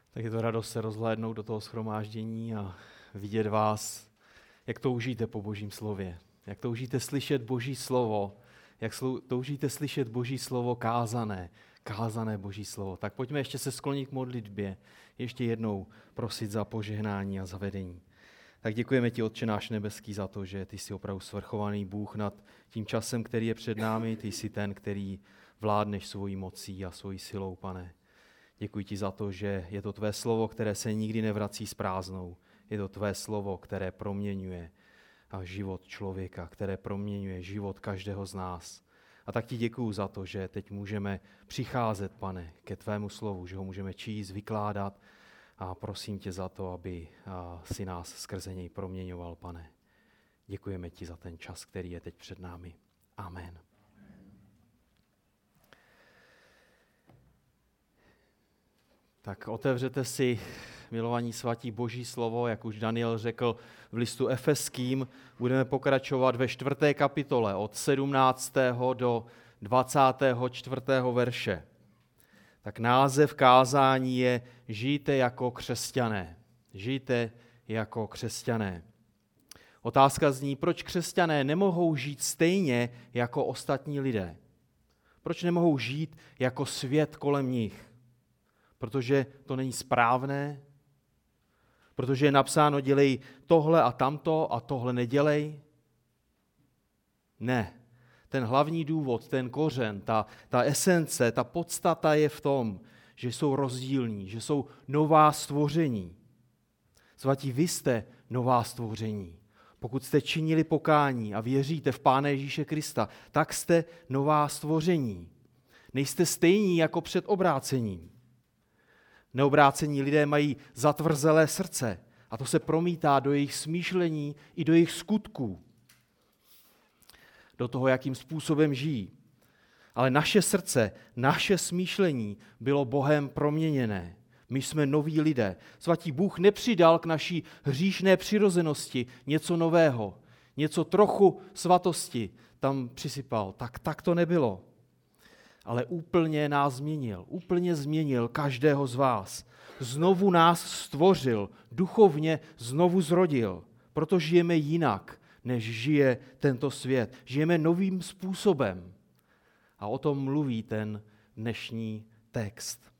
Tak je to radost se rozhlédnout do toho shromáždění a vidět vás, jak toužíte po Božím slově, jak toužíte slyšet Boží slovo, jak toužíte slyšet Boží slovo kázané Boží slovo. Tak pojďme ještě se sklonit k modlitbě, ještě jednou prosit za požehnání a za vedení. Tak děkujeme ti, Otče náš nebeský, za to, že ty jsi opravdu svrchovaný Bůh nad tím časem, který je před námi. Ty jsi ten, který vládneš svojí mocí a svojí silou, Pane. Děkuji ti za to, že je to tvé slovo, které se nikdy nevrací s prázdnou. Je to tvé slovo, které proměňuje život člověka, které proměňuje život každého z nás. A tak ti děkuju za to, že teď můžeme přicházet, Pane, ke tvému slovu, že ho můžeme číst, vykládat a prosím tě za to, aby si nás skrze něj proměňoval, Pane. Děkujeme ti za ten čas, který je teď před námi. Amen. Tak otevřete si, milovaní svatí, Boží slovo, jak už Daniel řekl v listu Efeským. Budeme pokračovat ve 4. kapitole od 17. do 24. verše. Tak název kázání je Žijte jako křesťané. Žijte jako křesťané. Otázka zní, proč křesťané nemohou žít stejně jako ostatní lidé? Proč nemohou žít jako svět kolem nich? Protože to není správné, protože je napsáno dělej tohle a tamto a tohle nedělej. Ne, ten hlavní důvod, ten kořen, ta esence, ta podstata je v tom, že jsou rozdílní, že jsou nová stvoření. Svatí, vy jste nová stvoření. Pokud jste činili pokání a věříte v Pána Ježíše Krista, tak jste nová stvoření. Nejste stejní jako před obrácením. Neobrácení lidé mají zatvrzelé srdce a to se promítá do jejich smýšlení i do jejich skutků, do toho, jakým způsobem žijí. Ale naše srdce, naše smýšlení bylo Bohem proměněné. My jsme noví lidé. Svatý Bůh nepřidal k naší hříšné přirozenosti něco nového, něco trochu svatosti tam přisypal. Tak to nebylo. Ale úplně nás změnil, úplně změnil každého z vás. Znovu nás stvořil, duchovně znovu zrodil, proto žijeme jinak, než žije tento svět. Žijeme novým způsobem. A o tom mluví ten dnešní text.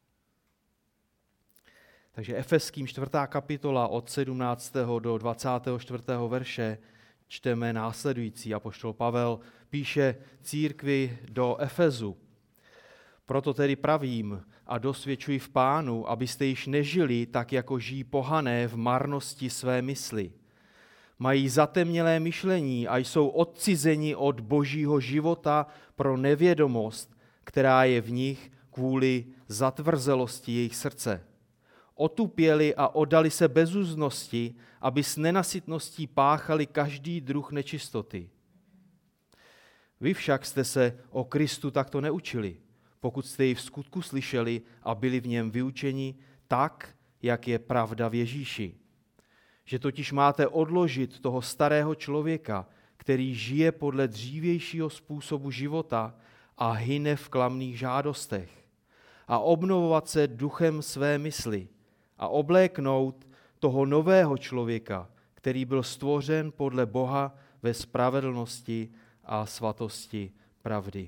Takže Efeským 4. kapitola od 17. do 24. verše čteme následující. Apoštol Pavel píše církvi do Efezu. Proto tedy pravím a dosvědčuji v Pánu, abyste již nežili tak, jako žijí pohané v marnosti své mysli. Mají zatemnělé myšlení a jsou odcizeni od božího života pro nevědomost, která je v nich kvůli zatvrzelosti jejich srdce. Otupěli a oddali se bezúznosti, aby s nenasytností páchali každý druh nečistoty. Vy však jste se o Kristu takto neučili, pokud jste ji v skutku slyšeli a byli v něm vyučeni tak, jak je pravda v Ježíši. Že totiž máte odložit toho starého člověka, který žije podle dřívějšího způsobu života a hyne v klamných žádostech, a obnovovat se duchem své mysli a obléknout toho nového člověka, který byl stvořen podle Boha ve spravedlnosti a svatosti pravdy.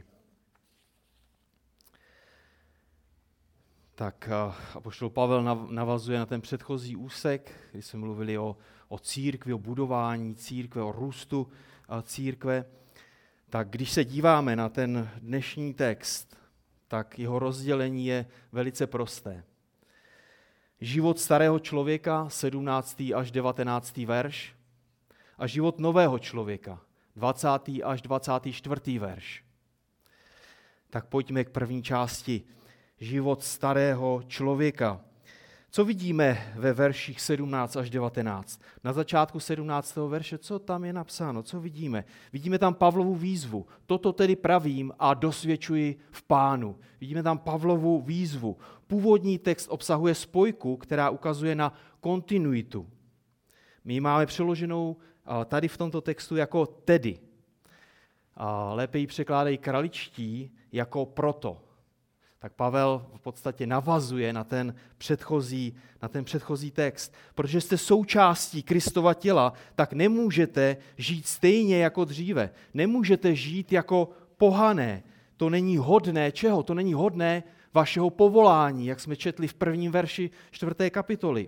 Tak apoštol Pavel navazuje na ten předchozí úsek, kdy jsme mluvili o církvi, o budování církve, o růstu církve. Tak když se díváme na ten dnešní text, tak jeho rozdělení je velice prosté. Život starého člověka, 17. až 19. verš, a život nového člověka, 20. až 24. verš. Tak pojďme k první části. Život starého člověka. Co vidíme ve verších 17 až 19? Na začátku 17. verše, co tam je napsáno? Co vidíme? Vidíme tam Pavlovu výzvu. Toto tedy pravím a dosvědčuji v Pánu. Vidíme tam Pavlovu výzvu. Původní text obsahuje spojku, která ukazuje na kontinuitu. My ji máme přeloženou tady v tomto textu jako tedy. Lépe ji překládají kraličtí jako proto. Tak Pavel v podstatě navazuje na ten předchozí text. Protože jste součástí Kristova těla, tak nemůžete žít stejně jako dříve. Nemůžete žít jako pohané. To není hodné čeho? To není hodné vašeho povolání, jak jsme četli v 1. verši 4. kapitoly.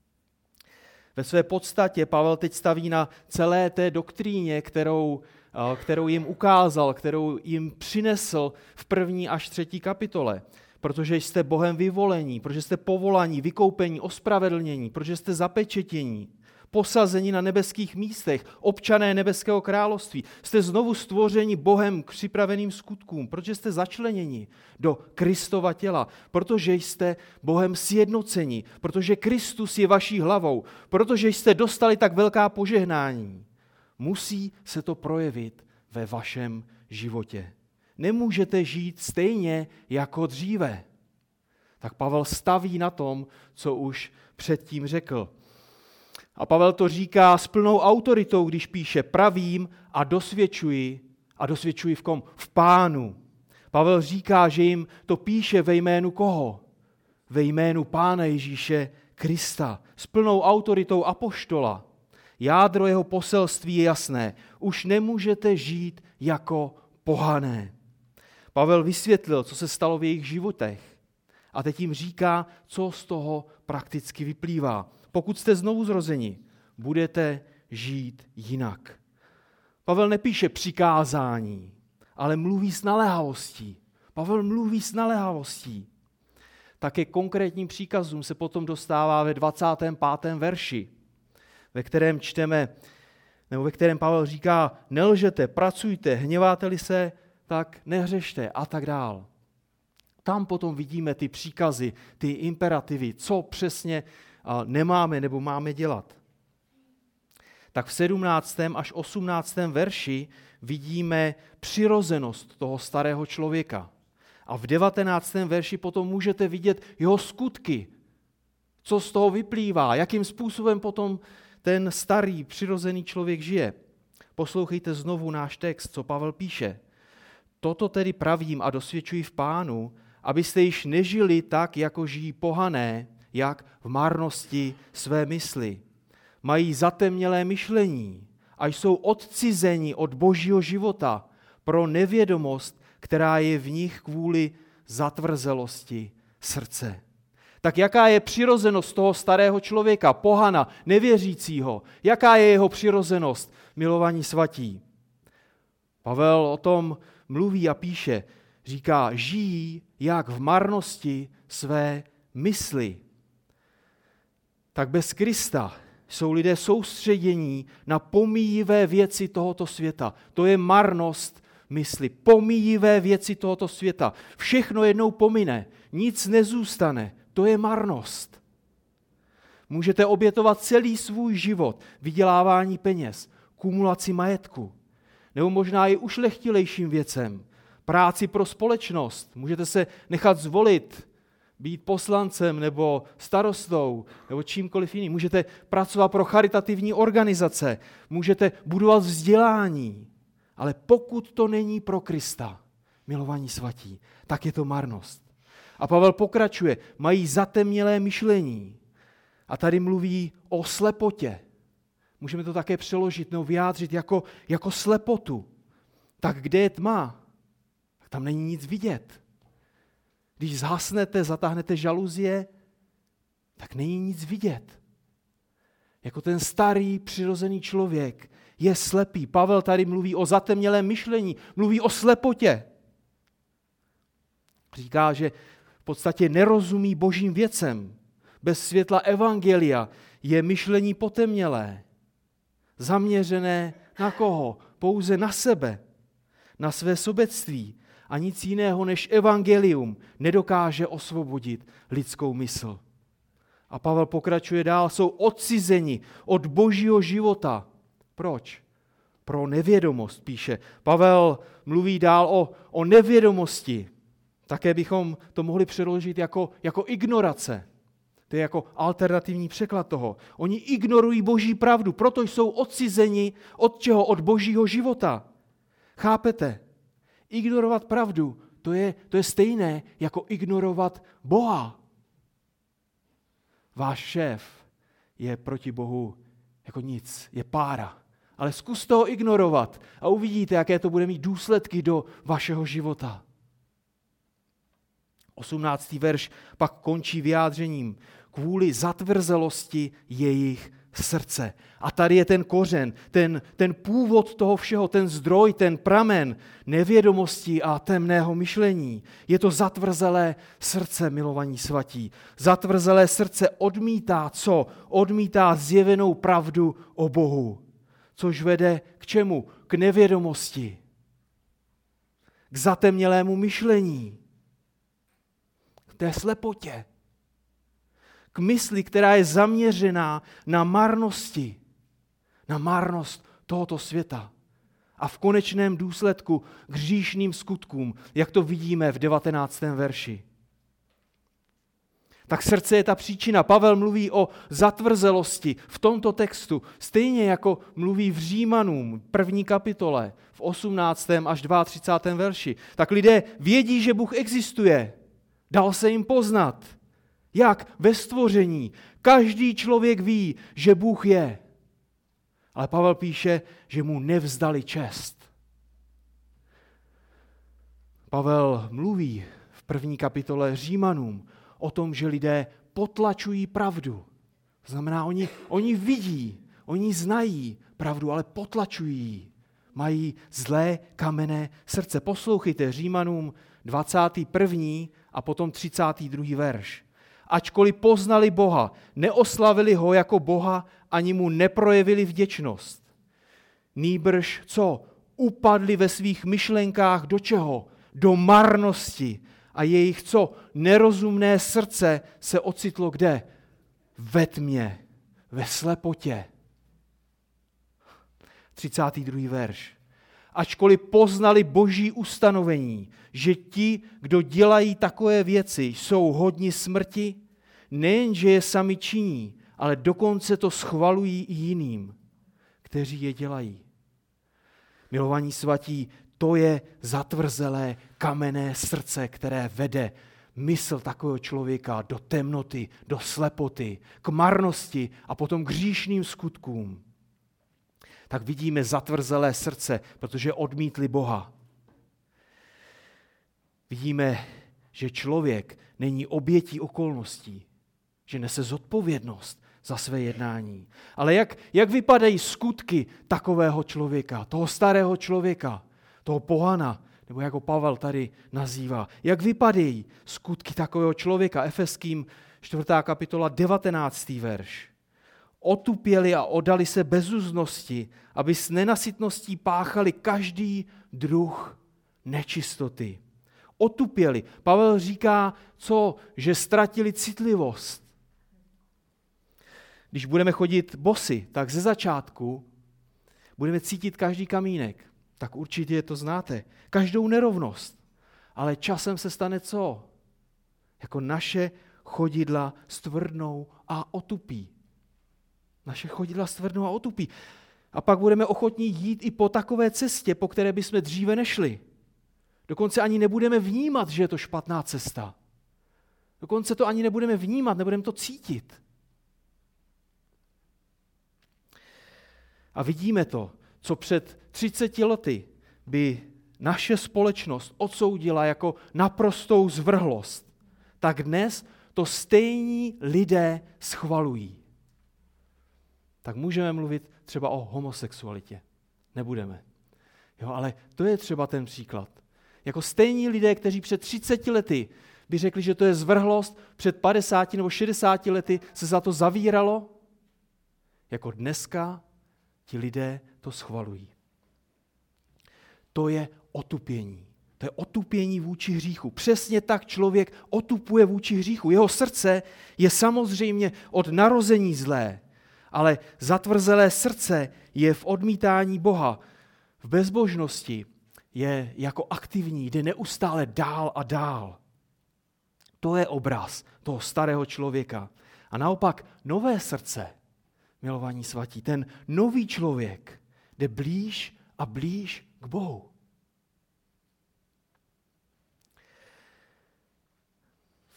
Ve své podstatě Pavel teď staví na celé té doktríně, kterou jim ukázal, kterou jim přinesl v 1. až 3. kapitole. Protože jste Bohem vyvolení, protože jste povolaní, vykoupení, ospravedlnění, protože jste zapečetění, posazení na nebeských místech, občané nebeského království. Jste znovu stvořeni Bohem k připraveným skutkům, protože jste začleněni do Kristova těla, protože jste Bohem sjednoceni, protože Kristus je vaší hlavou, protože jste dostali tak velká požehnání. Musí se to projevit ve vašem životě. Nemůžete žít stejně jako dříve. Tak Pavel staví na tom, co už předtím řekl. A Pavel to říká s plnou autoritou, když píše pravím a dosvědčuji v kom? V Pánu. Pavel říká, že jim to píše ve jménu koho? Ve jménu Pána Ježíše Krista. S plnou autoritou apoštola. Jádro jeho poselství je jasné. Už nemůžete žít jako pohané. Pavel vysvětlil, co se stalo v jejich životech. A teď jim říká, co z toho prakticky vyplývá. Pokud jste znovu zrozeni, budete žít jinak. Pavel nepíše přikázání, ale mluví s naléhavostí. Pavel mluví s naléhavostí. Také konkrétním příkazům se potom dostává ve 25. verši, ve kterém čteme, nebo ve kterém Pavel říká, nelžete, pracujte, hněváte-li se, tak nehřešte a tak dál. Tam potom vidíme ty příkazy, ty imperativy, co přesně nemáme nebo máme dělat. Tak v 17. až 18. verši vidíme přirozenost toho starého člověka. A v 19. verši potom můžete vidět jeho skutky, co z toho vyplývá, jakým způsobem potom ten starý, přirozený člověk žije. Poslouchejte znovu náš text, co Pavel píše. Toto tedy pravím a dosvědčuji v Pánu, abyste již nežili tak, jako žijí pohané, jak v marnosti své mysli. Mají zatemnělé myšlení a jsou odcizeni od božího života pro nevědomost, která je v nich kvůli zatvrzelosti srdce. Tak jaká je přirozenost toho starého člověka, pohana, nevěřícího? Jaká je jeho přirozenost, milovaní svatí? Pavel o tom mluví a píše, říká, žijí jak v marnosti své mysli. Tak bez Krista jsou lidé soustředění na pomíjivé věci tohoto světa. To je marnost mysli, pomíjivé věci tohoto světa. Všechno jednou pomine, nic nezůstane. To je marnost. Můžete obětovat celý svůj život, vydělávání peněz, kumulaci majetku, nebo možná i ušlechtilejším věcem, práci pro společnost. Můžete se nechat zvolit, být poslancem nebo starostou nebo čímkoliv jiným. Můžete pracovat pro charitativní organizace, můžete budovat vzdělání, ale pokud to není pro Krista, milovaní svatí, tak je to marnost. A Pavel pokračuje, mají zatemnělé myšlení. A tady mluví o slepotě. Můžeme to také přeložit nebo vyjádřit jako slepotu. Tak kde je tma? Tak tam není nic vidět. Když zhasnete, zatáhnete žaluzie, tak není nic vidět. Jako ten starý, přirozený člověk je slepý. Pavel tady mluví o zatemnělém myšlení, mluví o slepotě. Říká, že v podstatě nerozumí božím věcem. Bez světla evangelia je myšlení potemnělé. Zaměřené na koho? Pouze na sebe, na své sobectví. A nic jiného než evangelium nedokáže osvobodit lidskou mysl. A Pavel pokračuje dál, jsou odcizeni od božího života. Proč? Pro nevědomost, píše. Pavel mluví dál o nevědomosti. Také bychom to mohli přeložit jako ignorace. To je jako alternativní překlad toho. Oni ignorují boží pravdu, proto jsou odcizeni od čeho? Od božího života. Chápete? Ignorovat pravdu, to je stejné jako ignorovat Boha. Váš šéf je proti Bohu jako nic, je pára. Ale zkuste ho ignorovat a uvidíte, jaké to bude mít důsledky do vašeho života. 18. verš pak končí vyjádřením kvůli zatvrzelosti jejich srdce. A tady je ten kořen, ten původ toho všeho, ten zdroj, ten pramen nevědomosti a temného myšlení. Je to zatvrzelé srdce, milovaní svatí. Zatvrzelé srdce odmítá co? Odmítá zjevenou pravdu o Bohu. Což vede k čemu? K nevědomosti. K zatemnělému myšlení. K té slepotě. K mysli, která je zaměřená na marnosti. Na marnost tohoto světa. A v konečném důsledku k hříšným skutkům, jak to vidíme v 19. verši. Tak srdce je ta příčina. Pavel mluví o zatvrzelosti v tomto textu, stejně jako mluví v Římanům, 1. kapitole, v 18. až 32. verši. Tak lidé vědí, že Bůh existuje. Dal se jim poznat. Jak? Ve stvoření. Každý člověk ví, že Bůh je. Ale Pavel píše, že mu nevzdali čest. Pavel mluví v 1. kapitole Římanům o tom, že lidé potlačují pravdu. To znamená, oni vidí, oni znají pravdu, ale potlačují ji. Mají zlé kamenné srdce. Poslouchejte Římanům 21. a potom 32. verš. Ačkoliv poznali Boha, neoslavili ho jako Boha, ani mu neprojevili vděčnost. Nýbrž co? Upadli ve svých myšlenkách do čeho? Do marnosti. A jejich co? Nerozumné srdce se ocitlo kde? Ve tmě, ve slepotě. 32. verš. Ačkoliv poznali Boží ustanovení, že ti, kdo dělají takové věci, jsou hodni smrti, nejenže je sami činí, ale dokonce to schvalují i jiným, kteří je dělají. Milovaní svatí, to je zatvrzelé kamenné srdce, které vede mysl takového člověka do temnoty, do slepoty, k marnosti a potom k hříšným skutkům. Tak vidíme zatvrzelé srdce, protože odmítli Boha. Vidíme, že člověk není obětí okolností, že nese zodpovědnost za své jednání. Ale jak vypadají skutky takového člověka, toho starého člověka, toho pohana, nebo jako Pavel tady nazývá. Jak vypadají skutky takového člověka? Efeským 4. kapitola 19. verš. Otupěli a oddali se bezúznosti, aby s nenasytností páchali každý druh nečistoty. Otupěli. Pavel říká, co? Že ztratili citlivost. Když budeme chodit bosy, tak ze začátku budeme cítit každý kamínek. Tak určitě to znáte. Každou nerovnost. Ale časem se stane co? Jako naše chodidla stvrdnou a otupí. Naše chodidla stvrdnou a otupí. A pak budeme ochotní jít i po takové cestě, po které bychom dříve nešli. Dokonce ani nebudeme vnímat, že je to špatná cesta. Dokonce to ani nebudeme vnímat, nebudeme to cítit. A vidíme to, co před 30 lety by naše společnost odsoudila jako naprostou zvrhlost, tak dnes to stejní lidé schvalují. Tak můžeme mluvit třeba o homosexualitě. Nebudeme. Jo, ale to je třeba ten příklad. Jako stejní lidé, kteří před 30 lety by řekli, že to je zvrhlost, před 50 nebo 60 lety se za to zavíralo, jako dneska ti lidé to schvalují. To je otupění. To je otupění vůči hříchu. Přesně tak člověk otupuje vůči hříchu. Jeho srdce je samozřejmě od narození zlé, ale zatvrzelé srdce je v odmítání Boha. V bezbožnosti je jako aktivní, jde neustále dál a dál. To je obraz toho starého člověka. A naopak nové srdce, milovaní svatí, ten nový člověk jde blíž a blíž k Bohu.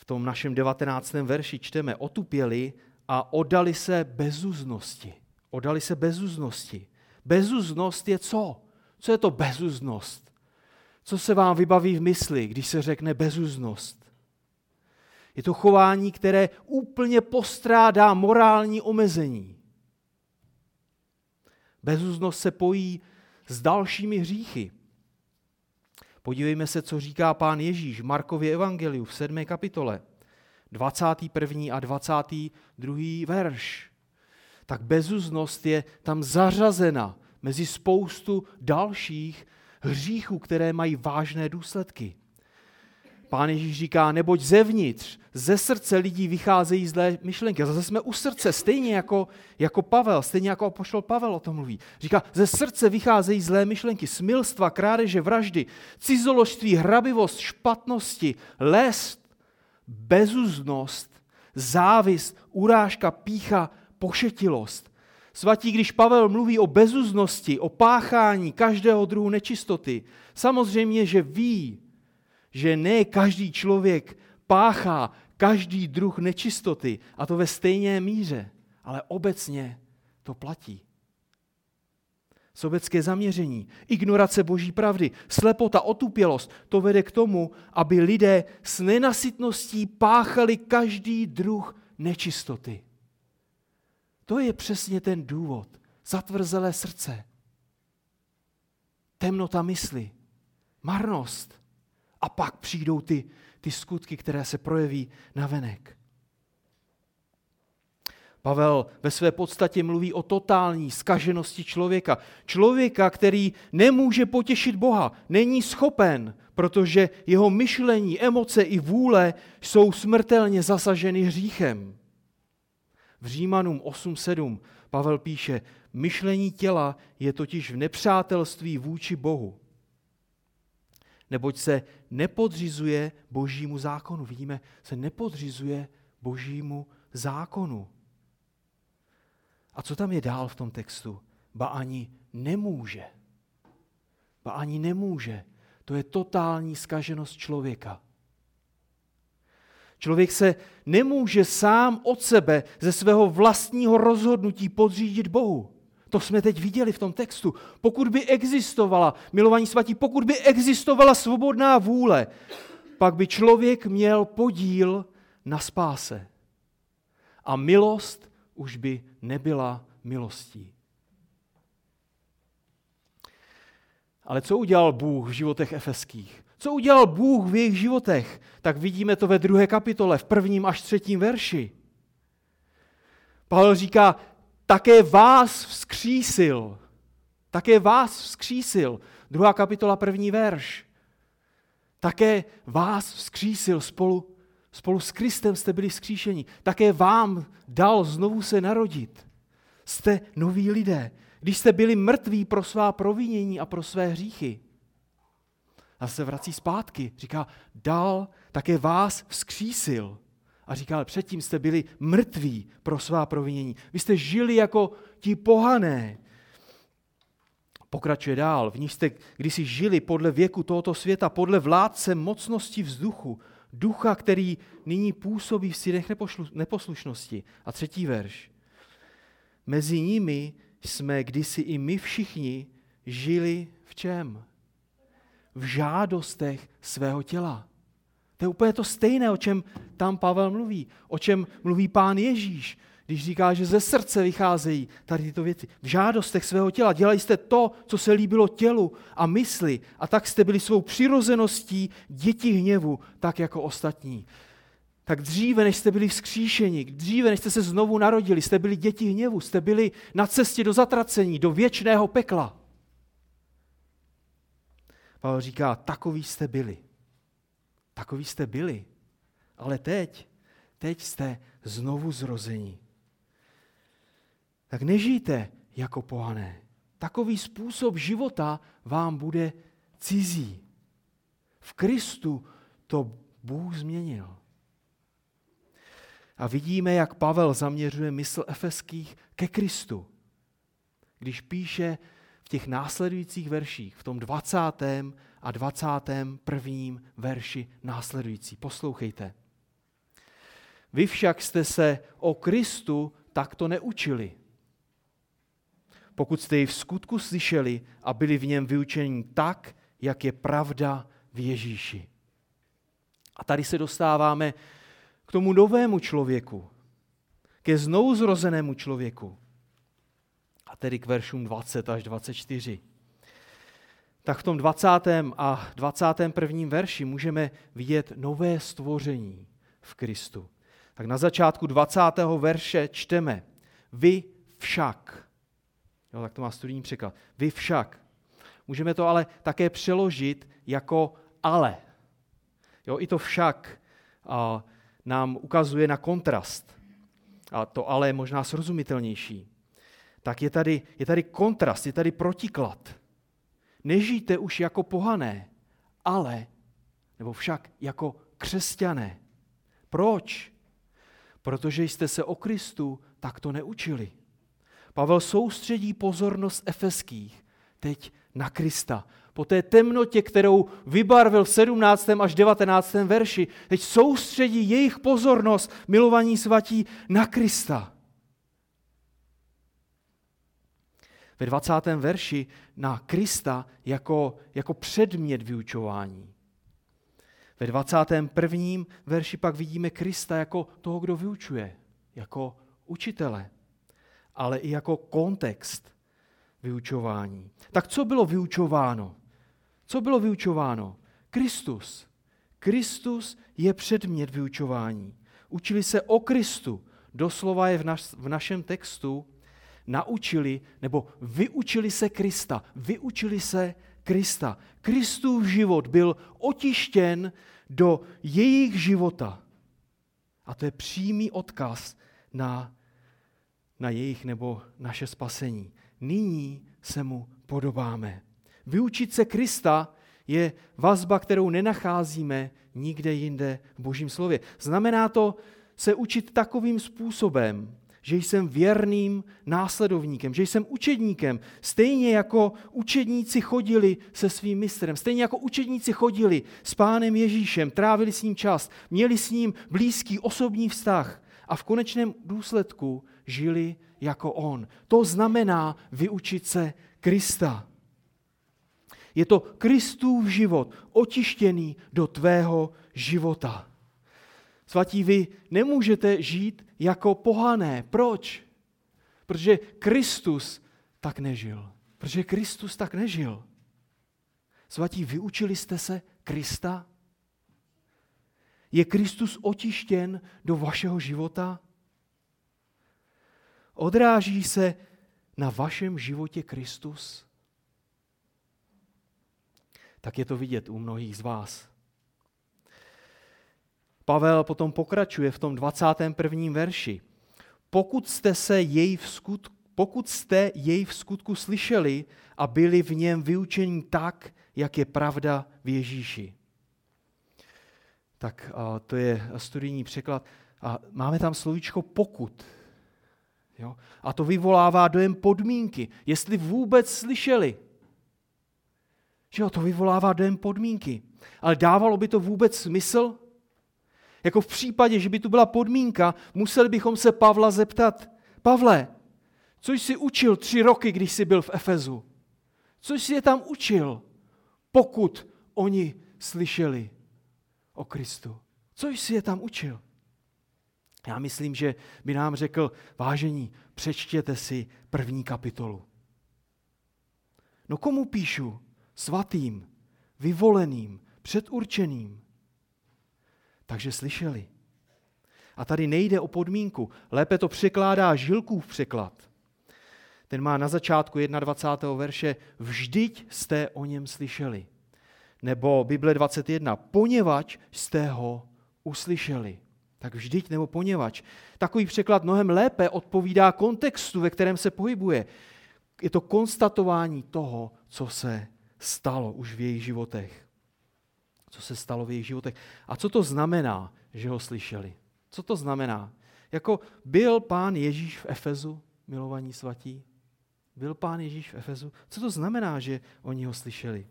v tom našem 19. verši čteme, otupěli a oddali se bezúznosti. Oddali se bezúznosti. Bezúznost je co? Co je to bezúznost? Co se vám vybaví v mysli, když se řekne bezúznost? Je to chování, které úplně postrádá morální omezení. Bezúznost se pojí s dalšími hříchy. Podívejme se, co říká Pán Ježíš v Markově evangeliu v 7. kapitole, 21. a 22. verš. Tak bezúznost je tam zařazena mezi spoustu dalších hříchů, které mají vážné důsledky. Pán Ježíš říká, neboť zevnitř, ze srdce lidí vycházejí zlé myšlenky. A zase jsme u srdce, stejně jako Pavel, stejně jako apoštol Pavel o tom mluví. Říká, ze srdce vycházejí zlé myšlenky, smilstva, krádeže, vraždy, cizoložství, hrabivost, špatnosti, lest, bezúznost, závist, urážka, pýcha, pošetilost. Svatí, když Pavel mluví o bezúznosti, o páchání každého druhu nečistoty, samozřejmě, že ví, že ne každý člověk páchá každý druh nečistoty, a to ve stejné míře, ale obecně to platí. Sobecké zaměření, ignorace boží pravdy, slepota, otupělost, to vede k tomu, aby lidé s nenasytností páchali každý druh nečistoty. To je přesně ten důvod. Zatvrzelé srdce, temnota mysli, marnost. A pak přijdou ty skutky, které se projeví navenek. Pavel ve své podstatě mluví o totální zkaženosti člověka. Člověka, který nemůže potěšit Boha, není schopen, protože jeho myšlení, emoce i vůle jsou smrtelně zasaženy hříchem. V Římanům 8:7 Pavel píše, myšlení těla je totiž v nepřátelství vůči Bohu, neboť se nepodřizuje božímu zákonu. Vidíme, se nepodřizuje božímu zákonu. A co tam je dál v tom textu? Ba ani nemůže. Ba ani nemůže. To je totální zkaženost člověka. Člověk se nemůže sám od sebe ze svého vlastního rozhodnutí podřídit Bohu. To jsme teď viděli v tom textu. Pokud by existovala, milovaní svatí, pokud by existovala svobodná vůle, pak by člověk měl podíl na spáse. A milost už by nebyla milostí. Ale co udělal Bůh v životech efeských? Co udělal Bůh v jejich životech? Tak vidíme to ve 2. kapitole, v 1. až 3. verši. Pavel říká, také vás vzkřísil. Také vás vzkřísil. 2. kapitola, 1. verš. Také vás vzkřísil spolu s Kristem jste byli vzkříšeni. Také vám dal znovu se narodit. Jste noví lidé. Když jste byli mrtví pro svá provinění a pro své hříchy. A se vrací zpátky. Říká, dal, také vás vzkřísil. A říká, předtím jste byli mrtví pro svá provinění. Vy jste žili jako ti pohané. Pokračuje dál. V nich jste kdysi žili podle věku tohoto světa, podle vládce mocnosti vzduchu, ducha, který nyní působí v synech neposlušnosti. A 3. verš. Mezi nimi jsme kdysi i my všichni žili v čem? V žádostech svého těla. To je úplně to stejné, o čem tam Pavel mluví, o čem mluví Pán Ježíš, když říká, že ze srdce vycházejí tady tyto věci. V žádostech svého těla. Dělali jste to, co se líbilo tělu a mysli, a tak jste byli svou přirozeností děti hněvu, tak jako ostatní. Tak dříve, než jste byli vzkříšeni, dříve, než jste se znovu narodili, jste byli děti hněvu, jste byli na cestě do zatracení, do věčného pekla. Pavel říká, takoví jste byli. Takoví jste byli. Ale teď jste znovu zrození. Tak nežijte jako pohané. Takový způsob života vám bude cizí. V Kristu to Bůh změnil. A vidíme, jak Pavel zaměřuje mysl efeských ke Kristu. Když píše v těch následujících verších, v tom 20. a 21. verši následující. Poslouchejte. Vy však jste se o Kristu takto neučili. Pokud jste ji v skutku slyšeli a byli v něm vyučeni tak, jak je pravda v Ježíši. A tady se dostáváme k tomu novému člověku, ke znovuzrozenému člověku. A tedy k veršům 20 až 24. Tak v tom 20. a 21. verši můžeme vidět nové stvoření v Kristu. Tak na začátku 20. verše čteme: Vy však. Jo, tak to má studijní překlad. Vy však. Můžeme to ale také přeložit jako ale. Jo, i to však nám ukazuje na kontrast. A to ale je možná srozumitelnější. Tak je tady kontrast, je tady protiklad. Nežijte už jako pohané, ale, nebo však jako křesťané. Proč? Protože jste se o Kristu takto neučili. Pavel soustředí pozornost efeských teď na Krista. Po té temnotě, kterou vybarvil v 17. až 19. verši, teď soustředí jejich pozornost, milovaní svatí, na Krista. Ve 20. verši na Krista jako předmět vyučování. Ve 21. verši pak vidíme Krista jako toho, kdo vyučuje, jako učitele, ale i jako kontext vyučování. Tak co bylo vyučováno? Co bylo vyučováno? Kristus. Kristus je předmět vyučování. Učili se o Kristu. Doslova je v našem textu naučili nebo vyučili se Krista. Vyučili se Krista. Kristův život byl otištěn do jejich života. A to je přímý odkaz na jejich nebo naše spasení. Nyní se mu podobáme. Vyučit se Krista je vazba, kterou nenacházíme nikde jinde v Božím slově. Znamená to se učit takovým způsobem, že jsem věrným následovníkem, že jsem učedníkem, stejně jako učedníci chodili se svým mistrem, stejně jako učedníci chodili s Pánem Ježíšem, trávili s ním čas, měli s ním blízký osobní vztah a v konečném důsledku žili jako on. To znamená vyučit se Krista. Je to Kristův život, otištěný do tvého života. Svatí, vy nemůžete žít jako pohané. Proč? Protože Kristus tak nežil. Protože Kristus tak nežil. Svatí, vyučili jste se Krista? Je Kristus otištěn do vašeho života? Odráží se na vašem životě Kristus? Tak je to vidět u mnohých z vás. Pavel potom pokračuje v tom 21. verši. Pokud jste jej v skutku slyšeli a byli v něm vyučeni tak, jak je pravda v Ježíši. Tak to je studijní překlad. A máme tam slovíčko pokud. Jo? A to vyvolává dojem podmínky, jestli vůbec slyšeli. Že jo, to vyvolává dojem podmínky. Ale dávalo by to vůbec smysl? Jako v případě, že by tu byla podmínka, museli bychom se Pavla zeptat: Pavle, co jsi učil 3 roky, když jsi byl v Efezu? Co jsi je tam učil, pokud oni slyšeli o Kristu? Co jsi je tam učil? Já myslím, že by nám řekl: vážení, přečtěte si 1. kapitolu. No komu píšu? Svatým, vyvoleným, předurčeným. Takže slyšeli. A tady nejde o podmínku. Lépe to překládá Žilkův překlad. Ten má na začátku 21. verše: vždyť jste o něm slyšeli. Nebo Bible 21, poněvadž jste ho uslyšeli. Tak vždyť nebo poněvadž. Takový překlad mnohem lépe odpovídá kontextu, ve kterém se pohybuje. Je to konstatování toho, co se stalo už v jejich životech. Co se stalo v jejich životech. A co to znamená, že ho slyšeli? Co to znamená? Jako byl Pán Ježíš v Efezu, milovaní svatí? Byl Pán Ježíš v Efezu? Co to znamená, že oni ho slyšeli?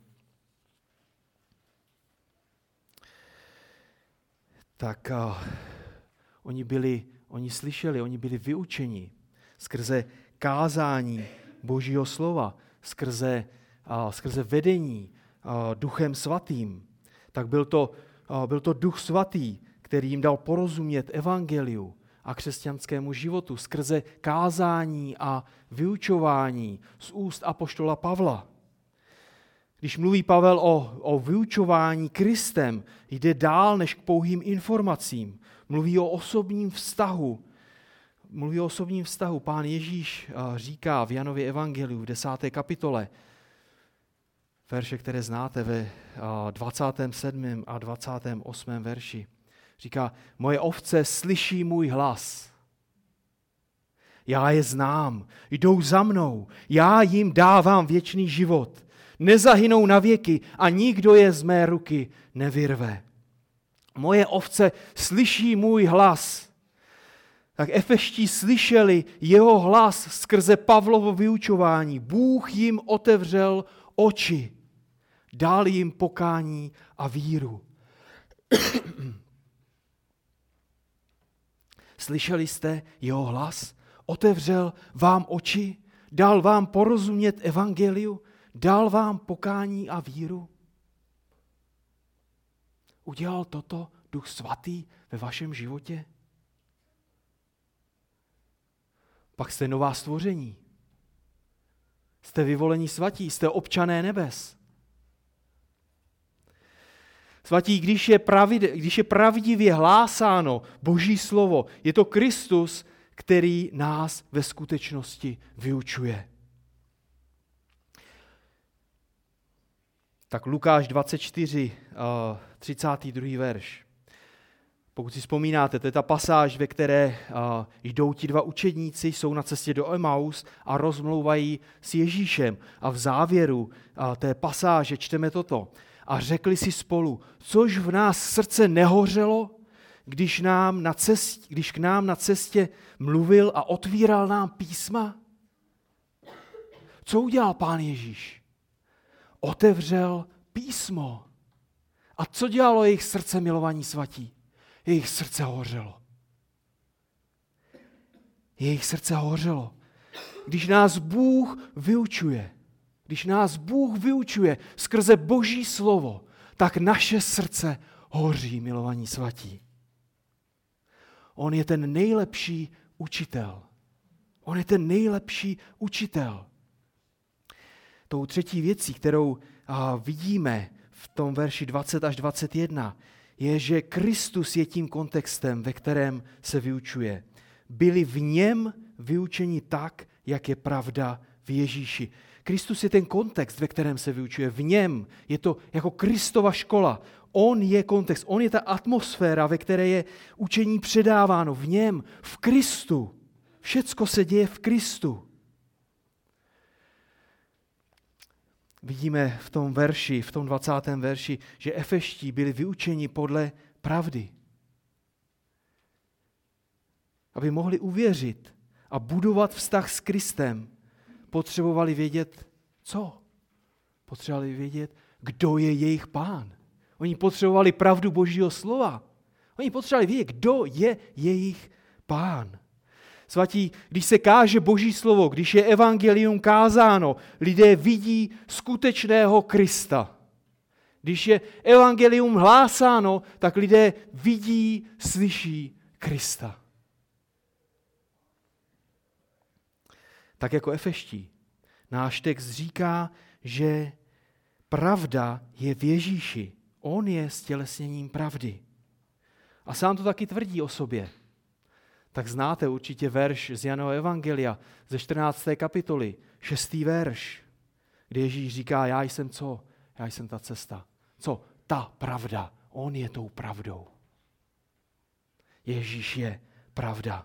Tak Oni slyšeli, oni byli vyučeni skrze kázání Božího slova, skrze vedení Duchem Svatým. Tak byl to Duch Svatý, který jim dal porozumět evangeliu a křesťanskému životu skrze kázání a vyučování z úst apoštola Pavla. Když mluví Pavel o vyučování Kristem, jde dál než k pouhým informacím. Mluví o osobním vztahu. Pán Ježíš říká v Janově evangeliu v 10. kapitole, verše, které znáte ve 27. a 28. verši. Říká, moje ovce slyší můj hlas. Já je znám, jdou za mnou, já jim dávám věčný život. Nezahynou na věky a nikdo je z mé ruky nevyrve. Moje ovce slyší můj hlas. Tak Efeští slyšeli jeho hlas skrze Pavlovo vyučování. Bůh jim otevřel oči, dal jim pokání a víru. Slyšeli jste jeho hlas? Otevřel vám oči? Dal vám porozumět evangeliu? Dal vám pokání a víru? Udělal toto Duch Svatý ve vašem životě? Pak jste nová stvoření. Jste vyvolení svatí, jste občané nebes. Svatí, když je pravdivě hlásáno Boží slovo, je to Kristus, který nás ve skutečnosti vyučuje. Tak Lukáš 24, 32. verš. Pokud si vzpomínáte, to je ta pasáž, ve které jdou ti dva učedníci, jsou na cestě do Emaus a rozmlouvají s Ježíšem. A v závěru té pasáže čteme toto. A řekli si spolu, což v nás srdce nehořelo, když k nám na cestě mluvil a otvíral nám písma? Co udělal Pán Ježíš? Otevřel písmo. A co dělalo jejich srdce, milovaní svatí? Jejich srdce hořelo. Jejich srdce hořelo. Když nás Bůh vyučuje skrze Boží slovo, tak naše srdce hoří, milovaní svatí. On je ten nejlepší učitel. Tou třetí věcí, kterou vidíme v tom verši 20 až 21, je, že Kristus je tím kontextem, ve kterém se vyučuje. Byli v něm vyučeni tak, jak je pravda v Ježíši. Kristus je ten kontext, ve kterém se vyučuje. V něm je to jako Kristova škola. On je kontext, on je ta atmosféra, ve které je učení předáváno. V něm, v Kristu. Všecko se děje v Kristu. Vidíme v tom 20. verši, že Efeští byli vyučeni podle pravdy. Aby mohli uvěřit a budovat vztah s Kristem, potřebovali vědět, co? Potřebovali vědět, kdo je jejich Pán. Oni potřebovali pravdu Božího slova. Oni potřebovali vědět, kdo je jejich Pán. Svatí, když se káže Boží slovo, když je evangelium kázáno, lidé vidí skutečného Krista. Když je evangelium hlásáno, tak lidé vidí, slyší Krista. Tak jako Efeští. Náš text říká, že pravda je v Ježíši. On je stělesněním pravdy. A sám to taky tvrdí o sobě. Tak znáte určitě verš z Janova evangelia ze 14. kapitoly, 6. verš, kde Ježíš říká, já jsem co? Já jsem ta cesta. Co? Ta pravda. On je tou pravdou. Ježíš je pravda.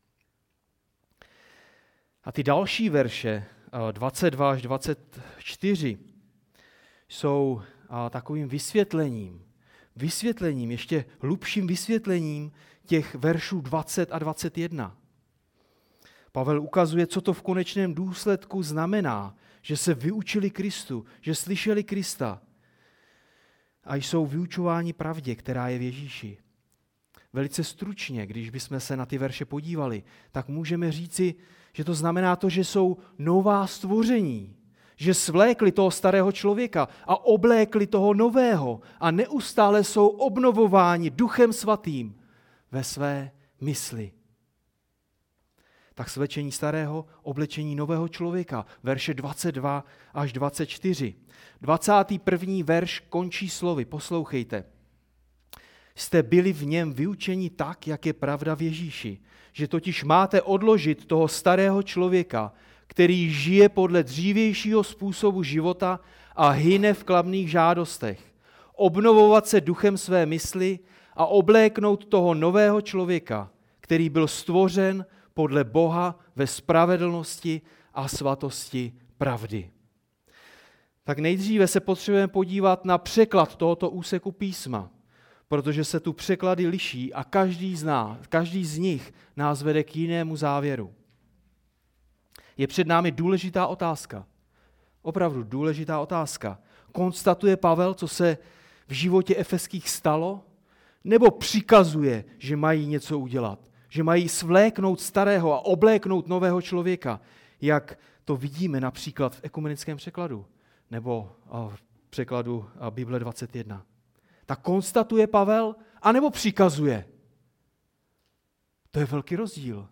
A ty další verše, 22 až 24, jsou takovým vysvětlením, ještě hlubším vysvětlením těch veršů 20 a 21. Pavel ukazuje, co to v konečném důsledku znamená, že se vyučili Kristu, že slyšeli Krista a jsou vyučováni pravdě, která je v Ježíši. velice stručně, když bychom se na ty verše podívali, tak můžeme říci, že to znamená to, že jsou nová stvoření, že svlékli toho starého člověka a oblékli toho nového a neustále jsou obnovováni Duchem Svatým ve své mysli. Tak svlečení starého, oblečení nového člověka, verše 22 až 24. 21. verš končí slovy, poslouchejte. Jste byli v něm vyučeni tak, jak je pravda v Ježíši, že totiž máte odložit toho starého člověka, který žije podle dřívějšího způsobu života a hyne v klamných žádostech, obnovovat se duchem své mysli a obléknout toho nového člověka, který byl stvořen podle Boha ve spravedlnosti a svatosti pravdy. Tak nejdříve se potřebujeme podívat na překlad tohoto úseku písma, protože se tu překlady liší a každý z nich nás vede k jinému závěru. Je před námi důležitá otázka. Opravdu důležitá otázka. Konstatuje Pavel, co se v životě efeských stalo, nebo přikazuje, že mají něco udělat? Že mají svléknout starého a obléknout nového člověka, jak to vidíme například v ekumenickém překladu nebo v překladu Bible 21. Tak konstatuje Pavel, anebo přikazuje? To je velký rozdíl.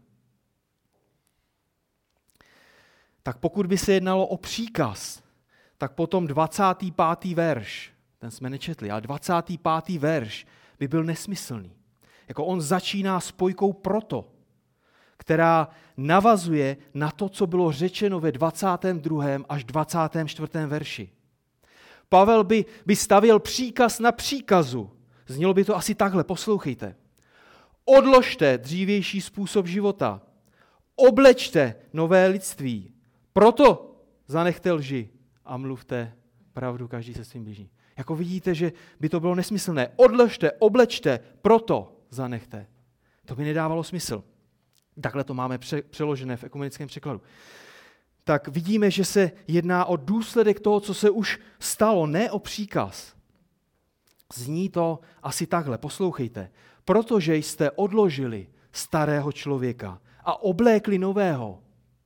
Tak pokud by se jednalo o příkaz, tak potom 25. verš, ten jsme nečetli, ale 25. verš by byl nesmyslný. Jako on začíná spojkou proto, která navazuje na to, co bylo řečeno ve 22. až 24. verši. Pavel by stavěl příkaz na příkazu. Znělo by to asi takhle, poslouchejte. Odložte dřívější způsob života. Oblečte nové lidství. Proto zanechte lži a mluvte pravdu každý se svým bližním. Jako vidíte, že by to bylo nesmyslné. Odložte, oblečte, proto zanechte. To by nedávalo smysl. Takhle to máme přeložené v ekumenickém překladu. Tak vidíme, že se jedná o důsledek toho, co se už stalo, ne o příkaz. Zní to asi takhle, poslouchejte. Protože jste odložili starého člověka a oblékli nového,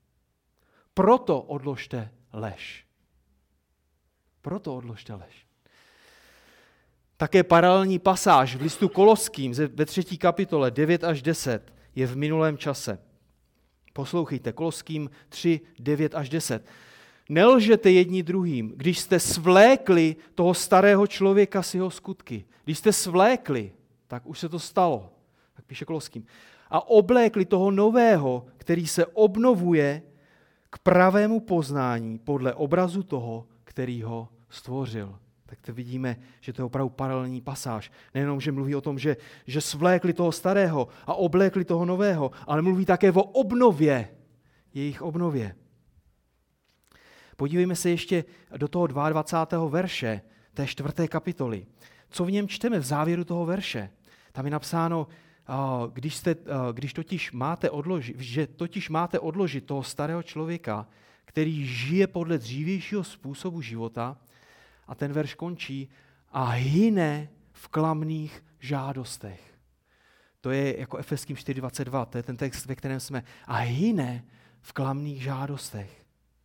proto odložte lež. Proto odložte lež. Také paralelní pasáž v listu Koloským ve 3. kapitole 9 až 10 je v minulém čase. Poslouchejte, Koloským 3, 9 až 10. Nelžete jedni druhým, když jste svlékli toho starého člověka s jeho skutky. Když jste svlékli, tak už se to stalo. Tak píše Koloským. A oblékli toho nového, který se obnovuje k pravému poznání podle obrazu toho, který ho stvořil. Tak to vidíme, že to je opravdu paralelní pasáž. Nejenom, že mluví o tom, že svlékli toho starého a oblékli toho nového, ale mluví také o obnově, jejich obnově. Podívejme se ještě do toho 22. verše té 4. kapitoly. Co v něm čteme v závěru toho verše? Tam je napsáno, že totiž máte odložit toho starého člověka, který žije podle dřívějšího způsobu života, a ten verš končí a hyne v klamných žádostech. To je jako Efeským 4.22, to je ten text, ve kterém jsme. A hyne v klamných žádostech.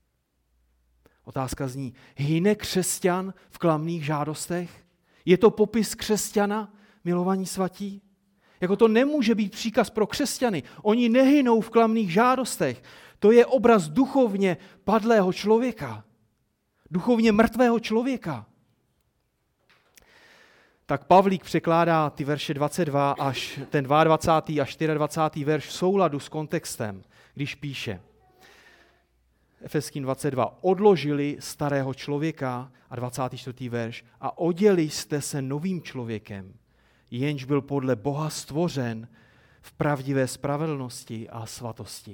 Otázka zní, hyne křesťan v klamných žádostech? Je to popis křesťana, milovaní svatí? Jako to nemůže být příkaz pro křesťany. Oni nehynou v klamných žádostech. To je obraz duchovně padlého člověka. Duchovně mrtvého člověka. Tak Pavlík překládá ty verše 22 až ten 22. až 24. verš v souladu s kontextem, když píše Efeským 22. Odložili starého člověka a 24. verš a oděli jste se novým člověkem, jenž byl podle Boha stvořen v pravdivé spravedlnosti a svatosti.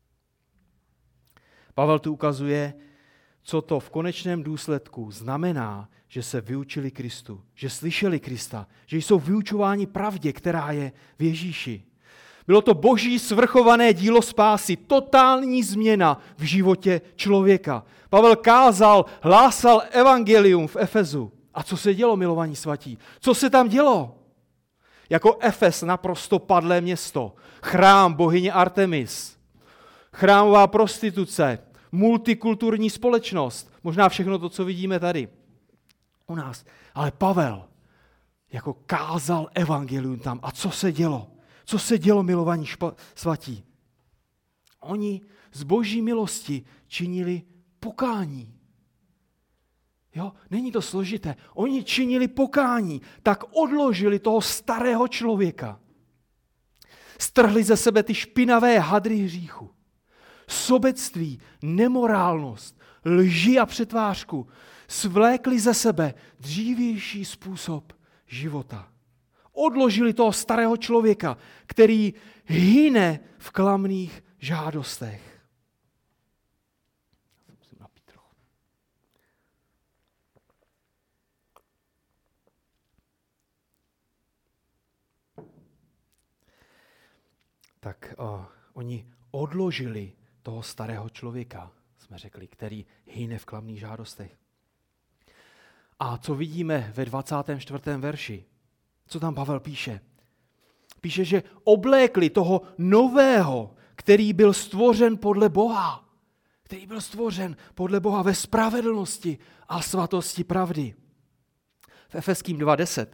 Pavel tu ukazuje, co to v konečném důsledku znamená, že se vyučili Kristu, že slyšeli Krista, že jsou vyučováni pravdě, která je v Ježíši. Bylo to boží svrchované dílo spásy, totální změna v životě člověka. Pavel kázal, hlásal evangelium v Efezu. A co se dělo, milovaní svatí? Co se tam dělo? Jako Efes naprosto padlé město. Chrám bohyně Artemis. Chrámová prostituce. Multikulturní společnost. Možná všechno to, co vidíme tady u nás. Ale Pavel jako kázal evangelium tam. A co se dělo? Co se dělo, milovaní svatí? Oni z boží milosti činili pokání. Jo, není to složité. Oni činili pokání, tak odložili toho starého člověka. Strhli ze sebe ty špinavé hadry hříchu. Sobectví, nemorálnost, lži a přetvářku. Svlékli ze sebe dřívější způsob života. Odložili toho starého člověka, který hyne v klamných žádostech. Tak oni odložili toho starého člověka, jsme řekli, který hyne v klamných žádostech. A co vidíme ve 24. verši? Co tam Pavel píše? Píše, že oblékli toho nového, který byl stvořen podle Boha. Který byl stvořen podle Boha ve spravedlnosti a svatosti pravdy. V Efeským 2.10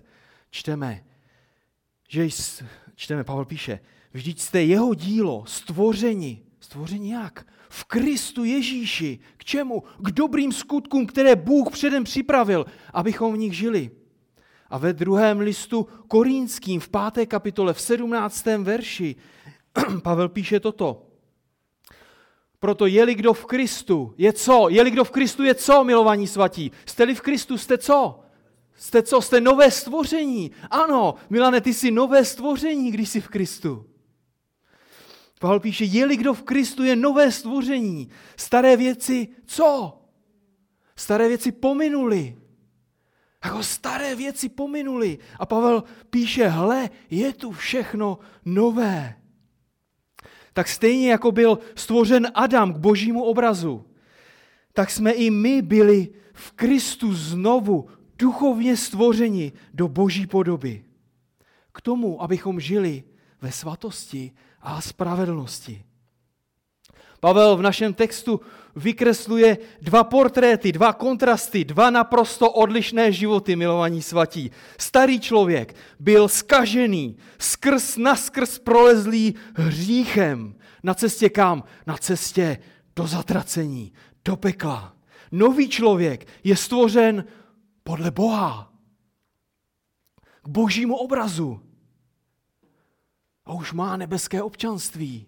čteme, Pavel píše, vždyť jste jeho dílo, stvoření jak? V Kristu Ježíši. K čemu? K dobrým skutkům, které Bůh předem připravil, abychom v nich žili. A ve 2. listu Korinským v 5. kapitole v 17. verši Pavel píše toto. Proto je-li kdo v Kristu, je co? Je-li kdo v Kristu je co, milovaní svatí? Jste-li v Kristu, jste co? Jste co? Jste nové stvoření. Ano, Milane, ty jsi nové stvoření, když jsi v Kristu. Pavel píše, je-li kdo v Kristu je nové stvoření. Staré věci co? Staré věci pominuly. Jako staré věci pominuly. A Pavel píše, hle, je tu všechno nové. Tak stejně jako byl stvořen Adam k božímu obrazu, tak jsme i my byli v Kristu znovu duchovně stvořeni do boží podoby. K tomu, abychom žili ve svatosti a spravedlnosti. Pavel v našem textu vykresluje 2 portréty, 2 kontrasty, 2 naprosto odlišné životy, milovaní svatí. Starý člověk byl zkažený, skrz naskrz prolezlý hříchem. Na cestě kam? Na cestě do zatracení, do pekla. Nový člověk je stvořen podle Boha, k božímu obrazu. A už má nebeské občanství.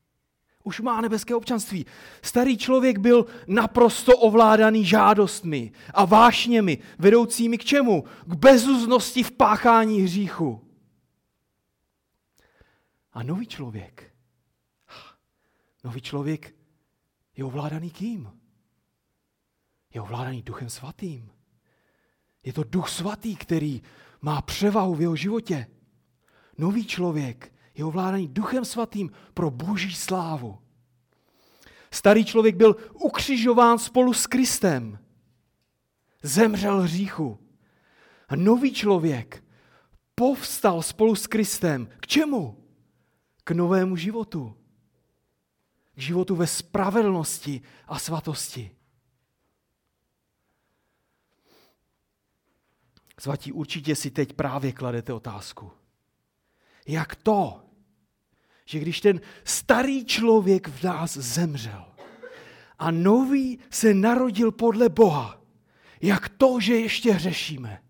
Starý člověk byl naprosto ovládaný žádostmi a vášněmi, vedoucími k čemu? K bezúznosti v páchání hříchu. A nový člověk je ovládaný kým? Je ovládaný Duchem Svatým. Je to Duch Svatý, který má převahu v jeho životě. Nový člověk je ovládaný Duchem Svatým pro boží slávu. Starý člověk byl ukřižován spolu s Kristem. Zemřel hříchu. A nový člověk povstal spolu s Kristem. K čemu? K novému životu. K životu ve spravedlnosti a svatosti. Svatí, určitě si teď právě kladete otázku. Jak to, že když ten starý člověk v nás zemřel a nový se narodil podle Boha, jak to, že ještě hřešíme?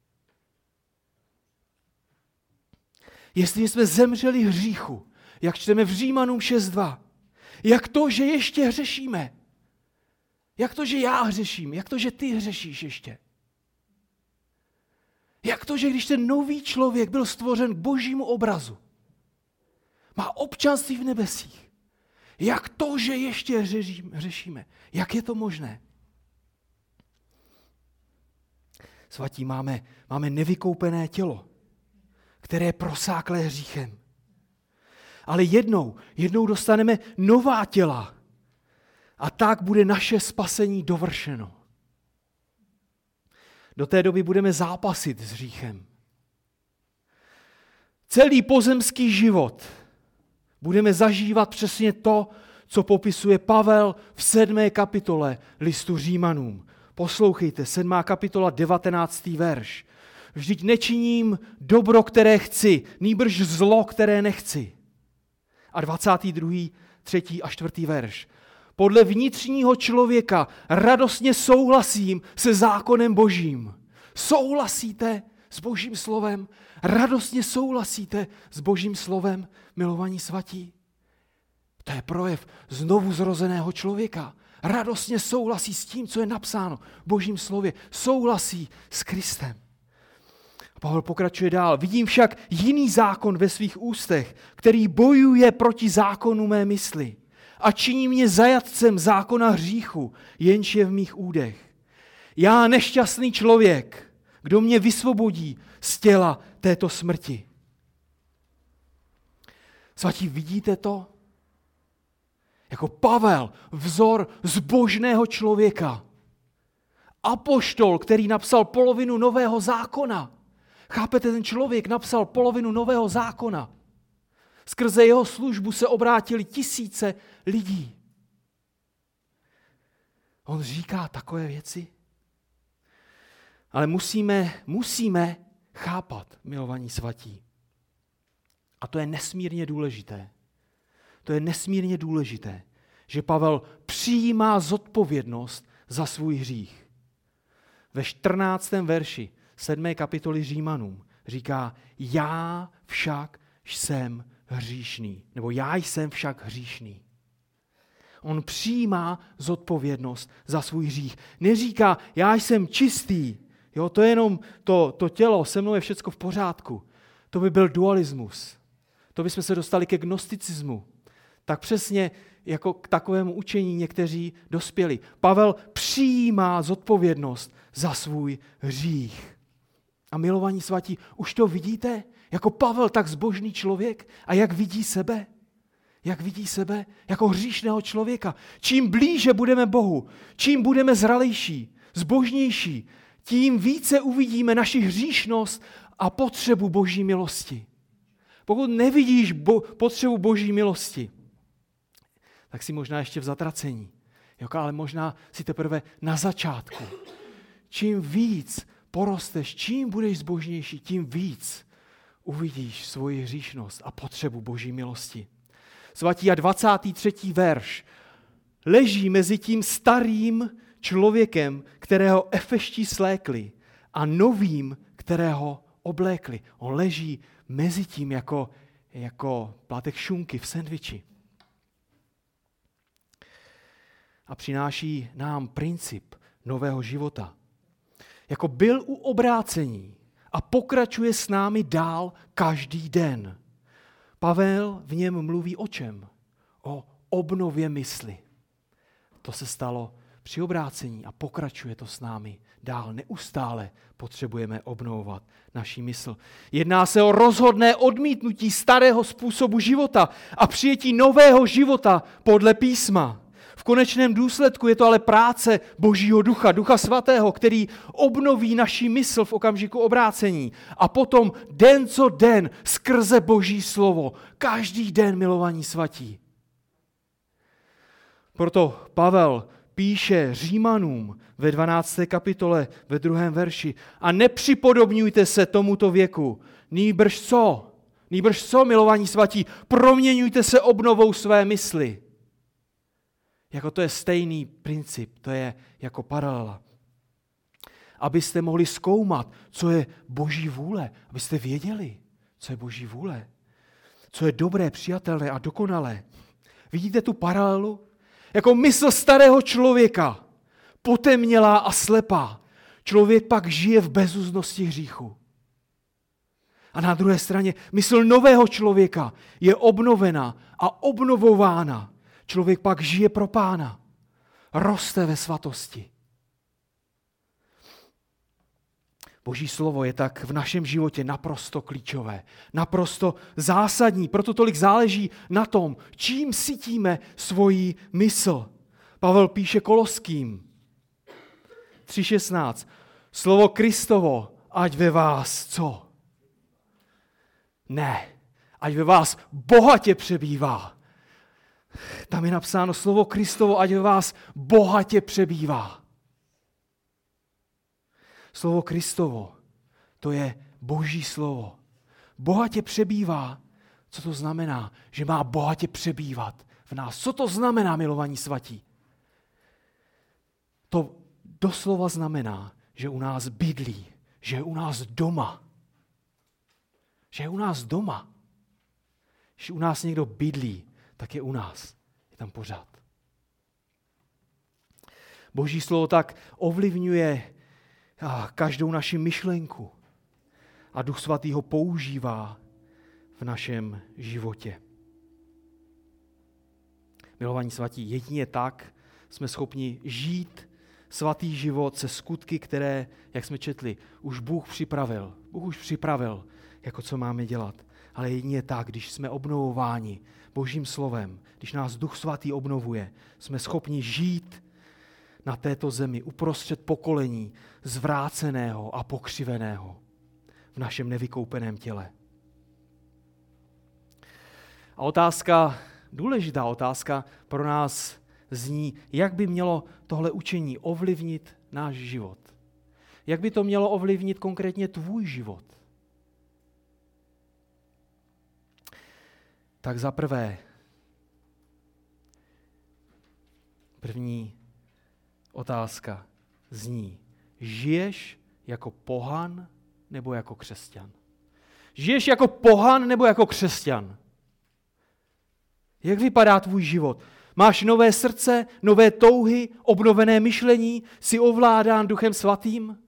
Jestli jsme zemřeli hříchu, jak čteme v Římanům 6.2, jak to, že ještě hřešíme? Jak to, že já hřeším? Jak to, že ty hřešíš ještě? Jak to, že když ten nový člověk byl stvořen k božímu obrazu, má občanství v nebesích, jak to, že ještě hřešíme? Jak je to možné? Svatí, máme nevykoupené tělo, které je prosáklé hříchem. Ale jednou dostaneme nová těla a tak bude naše spasení dovršeno. Do té doby budeme zápasit s hříchem. celý pozemský život budeme zažívat přesně to, co popisuje Pavel v 7. kapitole listu Římanům. Poslouchejte, 7. kapitola, 19. verš. Vždyť nečiním dobro, které chci, nýbrž zlo, které nechci. A 22., 3. a 4. verš. Podle vnitřního člověka radostně souhlasím se zákonem Božím. Souhlasíte s Božím slovem? Radostně souhlasíte s Božím slovem, milovaní svatí? To je projev znovu zrozeného člověka. Radostně souhlasí s tím, co je napsáno v Božím slově. Souhlasí s Kristem. Pavel pokračuje dál. Vidím však jiný zákon ve svých ústech, který bojuje proti zákonu mé mysli a činí mě zajatcem zákona hříchu, jenž je v mých údech. Já nešťastný člověk, kdo mě vysvobodí z těla této smrti. Svatí, vidíte to? Jako Pavel, vzor zbožného člověka. Apoštol, který napsal polovinu Nového zákona. Chápete, ten člověk napsal polovinu Nového zákona. Skrze jeho službu se obrátili tisíce lidí. On říká takové věci. Ale musíme chápat, milovaní svatí. A to je nesmírně důležité. To je nesmírně důležité, že Pavel přijímá zodpovědnost za svůj hřích. Ve 14. verši 7. kapitoly Římanům říká, já však jsem hříšný, nebo já jsem však hříšný. On přijímá zodpovědnost za svůj hřích. Neříká, já jsem čistý, jo, to je jenom to tělo, se mnou je všecko v pořádku. To by byl dualismus. To bychom se dostali ke gnosticismu. Tak přesně jako k takovému učení někteří dospěli. Pavel přijímá zodpovědnost za svůj hřích. A milovaní svatí, už to vidíte? Jako Pavel, tak zbožný člověk a jak vidí sebe? Jak vidí sebe? Jako hříšného člověka. Čím blíže budeme Bohu, čím budeme zralejší, zbožnější, tím více uvidíme naši hříšnost a potřebu Boží milosti. Pokud nevidíš potřebu Boží milosti, tak si možná ještě v zatracení. Ale možná si teprve na začátku. Čím víc porosteš, čím budeš zbožnější, tím víc uvidíš svoji hříšnost a potřebu Boží milosti. Svatí, a 23. verš leží mezi tím starým člověkem, kterého Efeští slékli, a novým, kterého oblékli. On leží mezi tím jako plátek šunky v sendviči. A přináší nám princip nového života. Jako byl u obrácení a pokračuje s námi dál každý den. Pavel v něm mluví o čem? O obnově mysli. To se stalo při obrácení a pokračuje to s námi dál. Neustále potřebujeme obnovovat naši mysl. Jedná se o rozhodné odmítnutí starého způsobu života a přijetí nového života podle písma. V konečném důsledku je to ale práce Božího ducha, Ducha svatého, který obnoví naši mysl v okamžiku obrácení. A potom den co den skrze Boží slovo. Každý den, milovaní svatí. Proto Pavel píše Římanům ve 12. kapitole ve 2. verši: a nepřipodobňujte se tomuto věku, nýbrž co, milovaní svatí, proměňujte se obnovou své mysli. Jako to je stejný princip, to je jako paralela. Abyste mohli zkoumat, co je Boží vůle, abyste věděli, co je Boží vůle, co je dobré, přijatelné a dokonalé. Vidíte tu paralelu? Jako mysl starého člověka, potemnělá a slepá. Člověk pak žije v bezúznosti hříchu. A na druhé straně mysl nového člověka je obnovena a obnovována. Člověk pak žije pro Pána. Roste ve svatosti. Boží slovo je tak v našem životě naprosto klíčové, naprosto zásadní, proto tolik záleží na tom, čím sytíme svoji mysl. Pavel píše Koloským 3.16. Slovo Kristovo, ať ve vás co? Ne, ať ve vás bohatě přebývá. Tam je napsáno slovo Kristovo, ať ve vás bohatě přebývá. Slovo Kristovo, to je Boží slovo. Bohatě přebývá. Co to znamená? Že má bohatě přebývat v nás. Co to znamená, milovaní svatí? To doslova znamená, že u nás bydlí, že je u nás doma. Že je u nás doma. Když u nás někdo bydlí, tak je u nás. Je tam pořád. Boží slovo tak ovlivňuje každou naši myšlenku a Duch Svatý ho používá v našem životě. Milovaní svatí, jedině tak jsme schopni žít svatý život se skutky, které, jak jsme četli, už Bůh připravil. Bůh už připravil, jako co máme dělat. Ale jedině tak, když jsme obnovováni Božím slovem, když nás Duch Svatý obnovuje, jsme schopni žít na této zemi uprostřed pokolení zvráceného a pokřiveného v našem nevykoupeném těle. A důležitá otázka pro nás zní, jak by mělo tohle učení ovlivnit náš život. Jak by to mělo ovlivnit konkrétně tvůj život. Tak za prvé, první otázka zní, žiješ jako pohan nebo jako křesťan? Žiješ jako pohan nebo jako křesťan? Jak vypadá tvůj život? Máš nové srdce, nové touhy, obnovené myšlení? Jsi ovládán Duchem Svatým?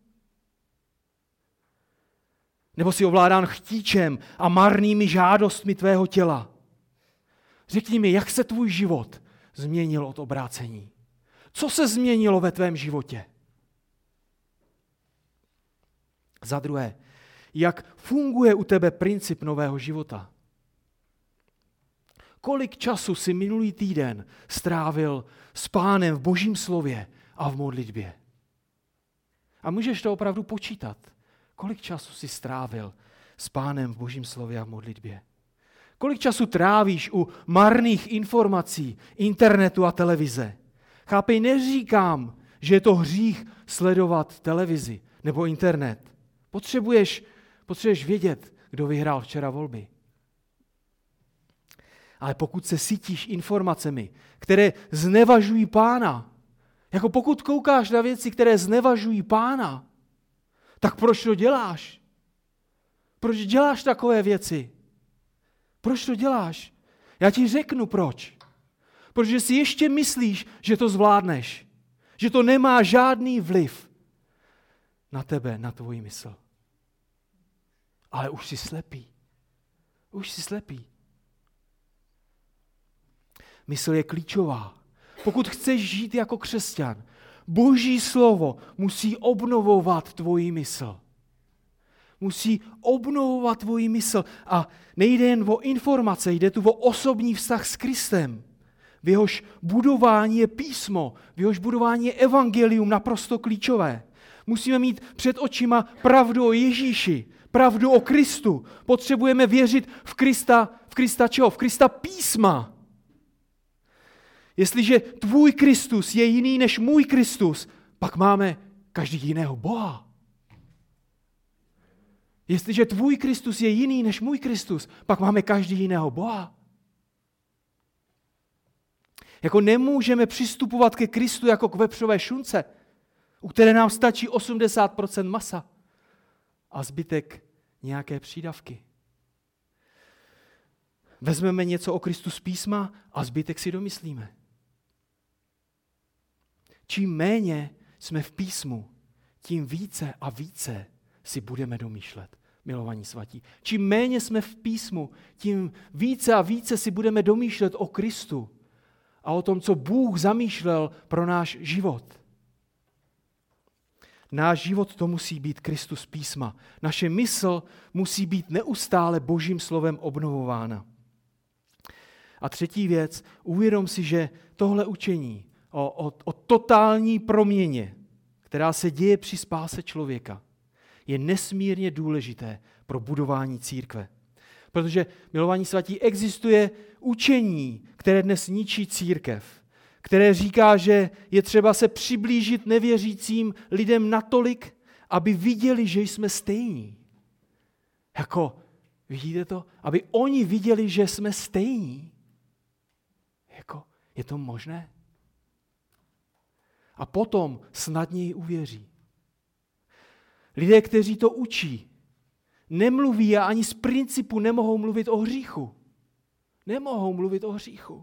Nebo jsi ovládán chtíčem a marnými žádostmi tvého těla? Řekni mi, jak se tvůj život změnil od obrácení? Co se změnilo ve tvém životě? Za druhé, jak funguje u tebe princip nového života? Kolik času si minulý týden strávil s Pánem v Božím slově a v modlitbě? A můžeš to opravdu počítat. Kolik času si strávil s Pánem v Božím slově a v modlitbě? Kolik času trávíš u marných informací, internetu a televize? Chápej, neříkám, že je to hřích sledovat televizi nebo internet. Potřebuješ vědět, kdo vyhrál včera volby. Ale pokud se sytíš informacemi, které znevažují Pána, jako pokud koukáš na věci, které znevažují Pána, tak proč to děláš? Proč děláš takové věci? Proč to děláš? Já ti řeknu proč. Protože si ještě myslíš, že to zvládneš. Že to nemá žádný vliv na tebe, na tvoji mysl. Ale už jsi slepý. Už jsi slepý. Mysl je klíčová. Pokud chceš žít jako křesťan, Boží slovo musí obnovovat tvoji mysl. Musí obnovovat tvoji mysl. A nejde jen o informace, jde tu o osobní vztah s Kristem. V jehož budování je písmo, v jehož budování je evangelium naprosto klíčové. Musíme mít před očima pravdu o Ježíši, pravdu o Kristu. Potřebujeme věřit v Krista čeho? V Krista písma. Jestliže tvůj Kristus je jiný než můj Kristus, pak máme každý jiného Boha. Jestliže tvůj Kristus je jiný než můj Kristus, pak máme každý jiného Boha. Jako nemůžeme přistupovat ke Kristu jako k vepřové šunce, u které nám stačí 80% masa a zbytek nějaké přídavky. Vezmeme něco o Kristu z písma a zbytek si domyslíme. Čím méně jsme v písmu, tím více a více si budeme domýšlet, milovaní svatí. Čím méně jsme v písmu, tím více a více si budeme domýšlet o Kristu a o tom, co Bůh zamýšlel pro náš život. Náš život to musí být Kristus písma. Naše mysl musí být neustále Božím slovem obnovována. A třetí věc, uvědom si, že tohle učení o totální proměně, která se děje při spáse člověka, je nesmírně důležité pro budování církve. Protože, milovaní svatí, existuje učení, které dnes ničí církev, které říká, že je třeba se přiblížit nevěřícím lidem natolik, aby viděli, že jsme stejní. Vidíte to? Aby oni viděli, že jsme stejní. Je to možné? A potom snadněji uvěří. Lidé, kteří to učí, nemluví a ani z principu nemohou mluvit o hříchu. Nemohou mluvit o hříchu.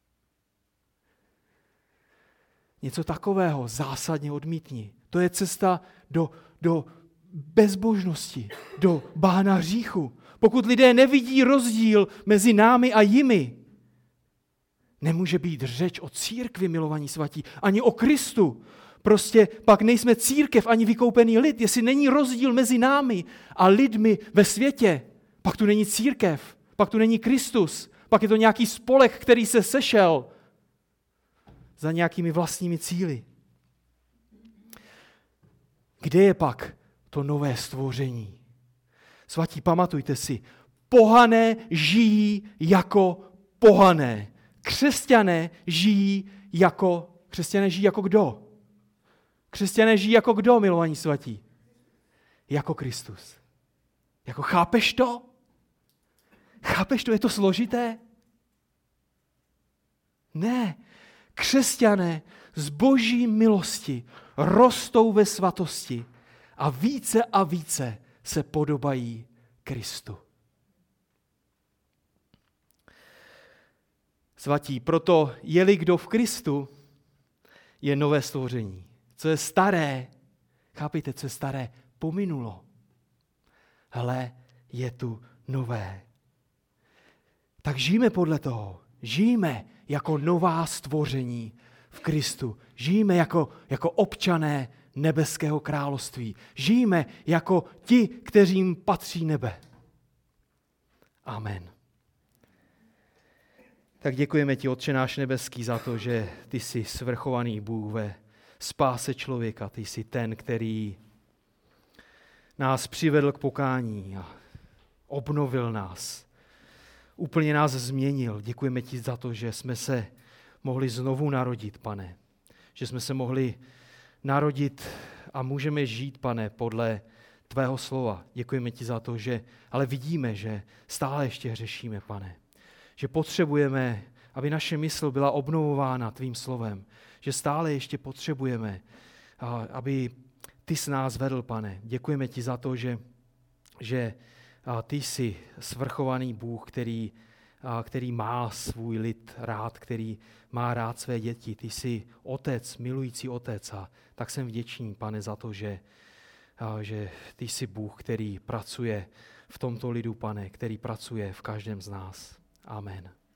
Něco takového zásadně odmítni. To je cesta do bezbožnosti, do bahna hříchu. Pokud lidé nevidí rozdíl mezi námi a jimi, nemůže být řeč o církvi, milovaní svatí, ani o Kristu. Prostě pak nejsme církev ani vykoupený lid. Jestli není rozdíl mezi námi a lidmi ve světě, pak tu není církev, pak tu není Kristus, pak je to nějaký spolek, který se sešel za nějakými vlastními cíli. Kde je pak to nové stvoření? Svatí, pamatujte si, pohané žijí jako pohané. Křesťané žijí jako kdo? Křesťané žijí jako kdo, milovaní svatí? Jako Kristus. Chápeš to? Chápeš to? Je to složité? Ne. Křesťané z Boží milosti rostou ve svatosti a více se podobají Kristu. Svatí, proto je-li kdo v Kristu, je nové stvoření. Co je staré, chápejte, co je staré, pominulo. Hle, je tu nové. Tak žijeme podle toho. Žijeme jako nová stvoření v Kristu. Žijeme jako občané nebeského království. Žijeme jako ti, kterým patří nebe. Amen. Tak děkujeme ti, Otče náš nebeský, za to, že ty jsi svrchovaný Bůh ve spáse člověka. Ty jsi ten, který nás přivedl k pokání a obnovil nás. Úplně nás změnil. Děkujeme ti za to, že jsme se mohli znovu narodit, Pane. Že jsme se mohli narodit a můžeme žít, Pane, podle tvého slova. Děkujeme ti za to, že ale vidíme, že stále ještě hřešíme, Pane. Že potřebujeme, aby naše mysl byla obnovována tvým slovem. Že stále ještě potřebujeme, aby ty s nás vedl, Pane. Děkujeme ti za to, že ty jsi svrchovaný Bůh, který má svůj lid rád, který má rád své děti. Ty jsi otec, milující otec. A tak jsem vděčný, Pane, za to, že ty jsi Bůh, který pracuje v tomto lidu, Pane, který pracuje v každém z nás. Amen.